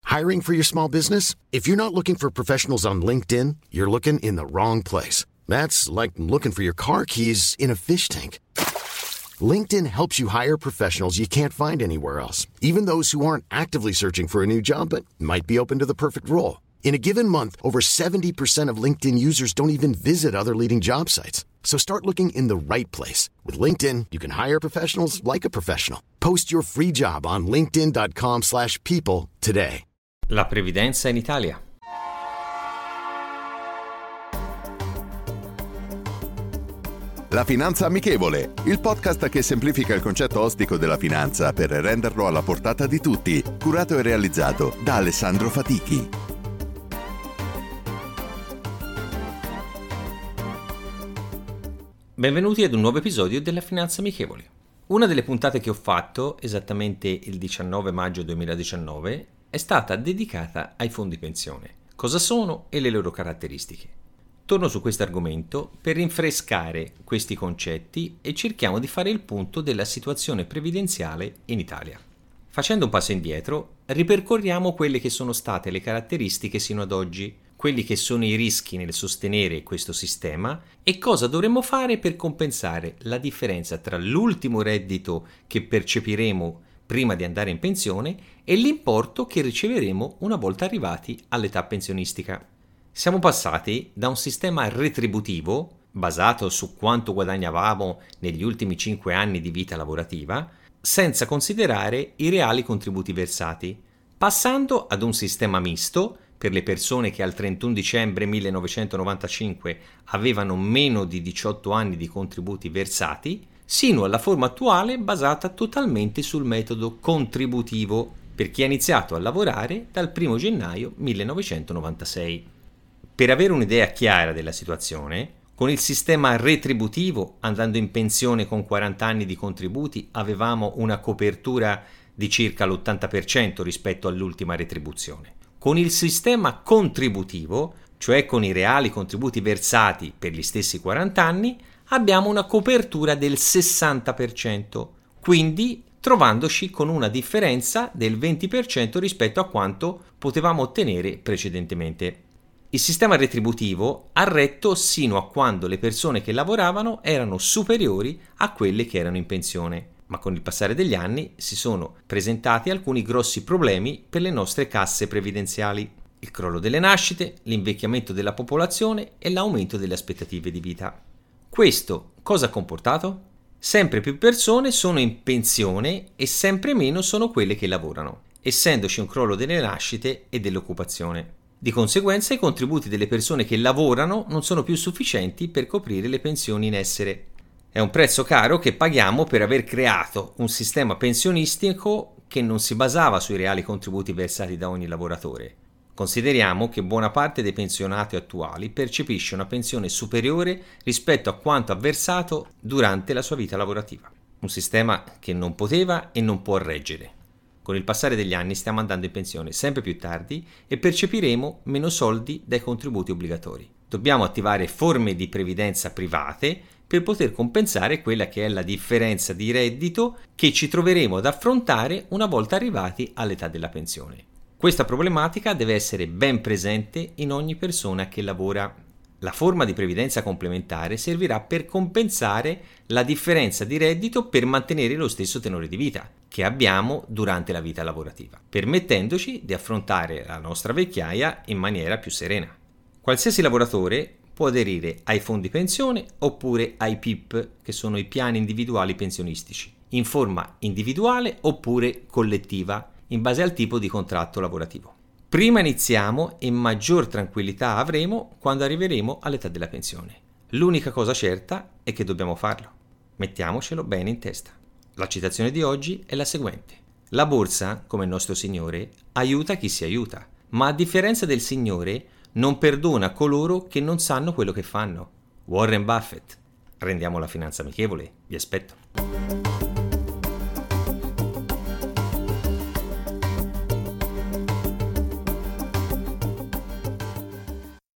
Hiring for your small business? If you're not looking for professionals on LinkedIn, you're looking in the wrong place. That's like looking for your car keys in a fish tank. LinkedIn helps you hire professionals you can't find anywhere else, even those who aren't actively searching for a new job but might be open to the perfect role. In a given month, over 70% of LinkedIn users don't even visit other leading job sites. So start looking in the right place. With LinkedIn, you can hire professionals like a professional. Post your free job on linkedin.com/people today. La previdenza in Italia. La Finanza Amichevole, il podcast che semplifica il concetto ostico della finanza per renderlo alla portata di tutti, curato e realizzato da Alessandro Fatichi. Benvenuti ad un nuovo episodio della Finanza Amichevole. Una delle puntate che ho fatto, esattamente il 19 maggio 2019, è stata dedicata ai fondi pensione. Cosa sono e le loro caratteristiche? Torno su questo argomento per rinfrescare questi concetti e cerchiamo di fare il punto della situazione previdenziale in Italia. Facendo un passo indietro, ripercorriamo quelle che sono state le caratteristiche sino ad oggi, quelli che sono i rischi nel sostenere questo sistema e cosa dovremmo fare per compensare la differenza tra l'ultimo reddito che percepiremo prima di andare in pensione e l'importo che riceveremo una volta arrivati all'età pensionistica. Siamo passati da un sistema retributivo, basato su quanto guadagnavamo negli ultimi 5 anni di vita lavorativa, senza considerare i reali contributi versati, passando ad un sistema misto per le persone che al 31 dicembre 1995 avevano meno di 18 anni di contributi versati, sino alla forma attuale basata totalmente sul metodo contributivo per chi ha iniziato a lavorare dal 1 gennaio 1996. Per avere un'idea chiara della situazione, con il sistema retributivo, andando in pensione con 40 anni di contributi, avevamo una copertura di circa l'80% rispetto all'ultima retribuzione. Con il sistema contributivo, cioè con i reali contributi versati per gli stessi 40 anni, abbiamo una copertura del 60%, quindi trovandoci con una differenza del 20% rispetto a quanto potevamo ottenere precedentemente. Il sistema retributivo ha retto sino a quando le persone che lavoravano erano superiori a quelle che erano in pensione, ma con il passare degli anni si sono presentati alcuni grossi problemi per le nostre casse previdenziali: il crollo delle nascite, l'invecchiamento della popolazione e l'aumento delle aspettative di vita. Questo cosa ha comportato? Sempre più persone sono in pensione e sempre meno sono quelle che lavorano, essendoci un crollo delle nascite e dell'occupazione. Di conseguenza i contributi delle persone che lavorano non sono più sufficienti per coprire le pensioni in essere. È un prezzo caro che paghiamo per aver creato un sistema pensionistico che non si basava sui reali contributi versati da ogni lavoratore. Consideriamo che buona parte dei pensionati attuali percepisce una pensione superiore rispetto a quanto ha versato durante la sua vita lavorativa. Un sistema che non poteva e non può reggere. Con il passare degli anni stiamo andando in pensione sempre più tardi e percepiremo meno soldi dai contributi obbligatori. Dobbiamo attivare forme di previdenza private per poter compensare quella che è la differenza di reddito che ci troveremo ad affrontare una volta arrivati all'età della pensione. Questa problematica deve essere ben presente in ogni persona che lavora. La forma di previdenza complementare servirà per compensare la differenza di reddito per mantenere lo stesso tenore di vita che abbiamo durante la vita lavorativa, permettendoci di affrontare la nostra vecchiaia in maniera più serena. Qualsiasi lavoratore può aderire ai fondi pensione oppure ai PIP, che sono i piani individuali pensionistici, in forma individuale oppure collettiva, in base al tipo di contratto lavorativo. Prima iniziamo e maggior tranquillità avremo quando arriveremo all'età della pensione. L'unica cosa certa è che dobbiamo farlo. Mettiamocelo bene in testa. La citazione di oggi è la seguente: la borsa, come il nostro Signore, aiuta chi si aiuta, ma a differenza del Signore non perdona coloro che non sanno quello che fanno. Warren Buffett. Rendiamo la finanza amichevole. Vi aspetto.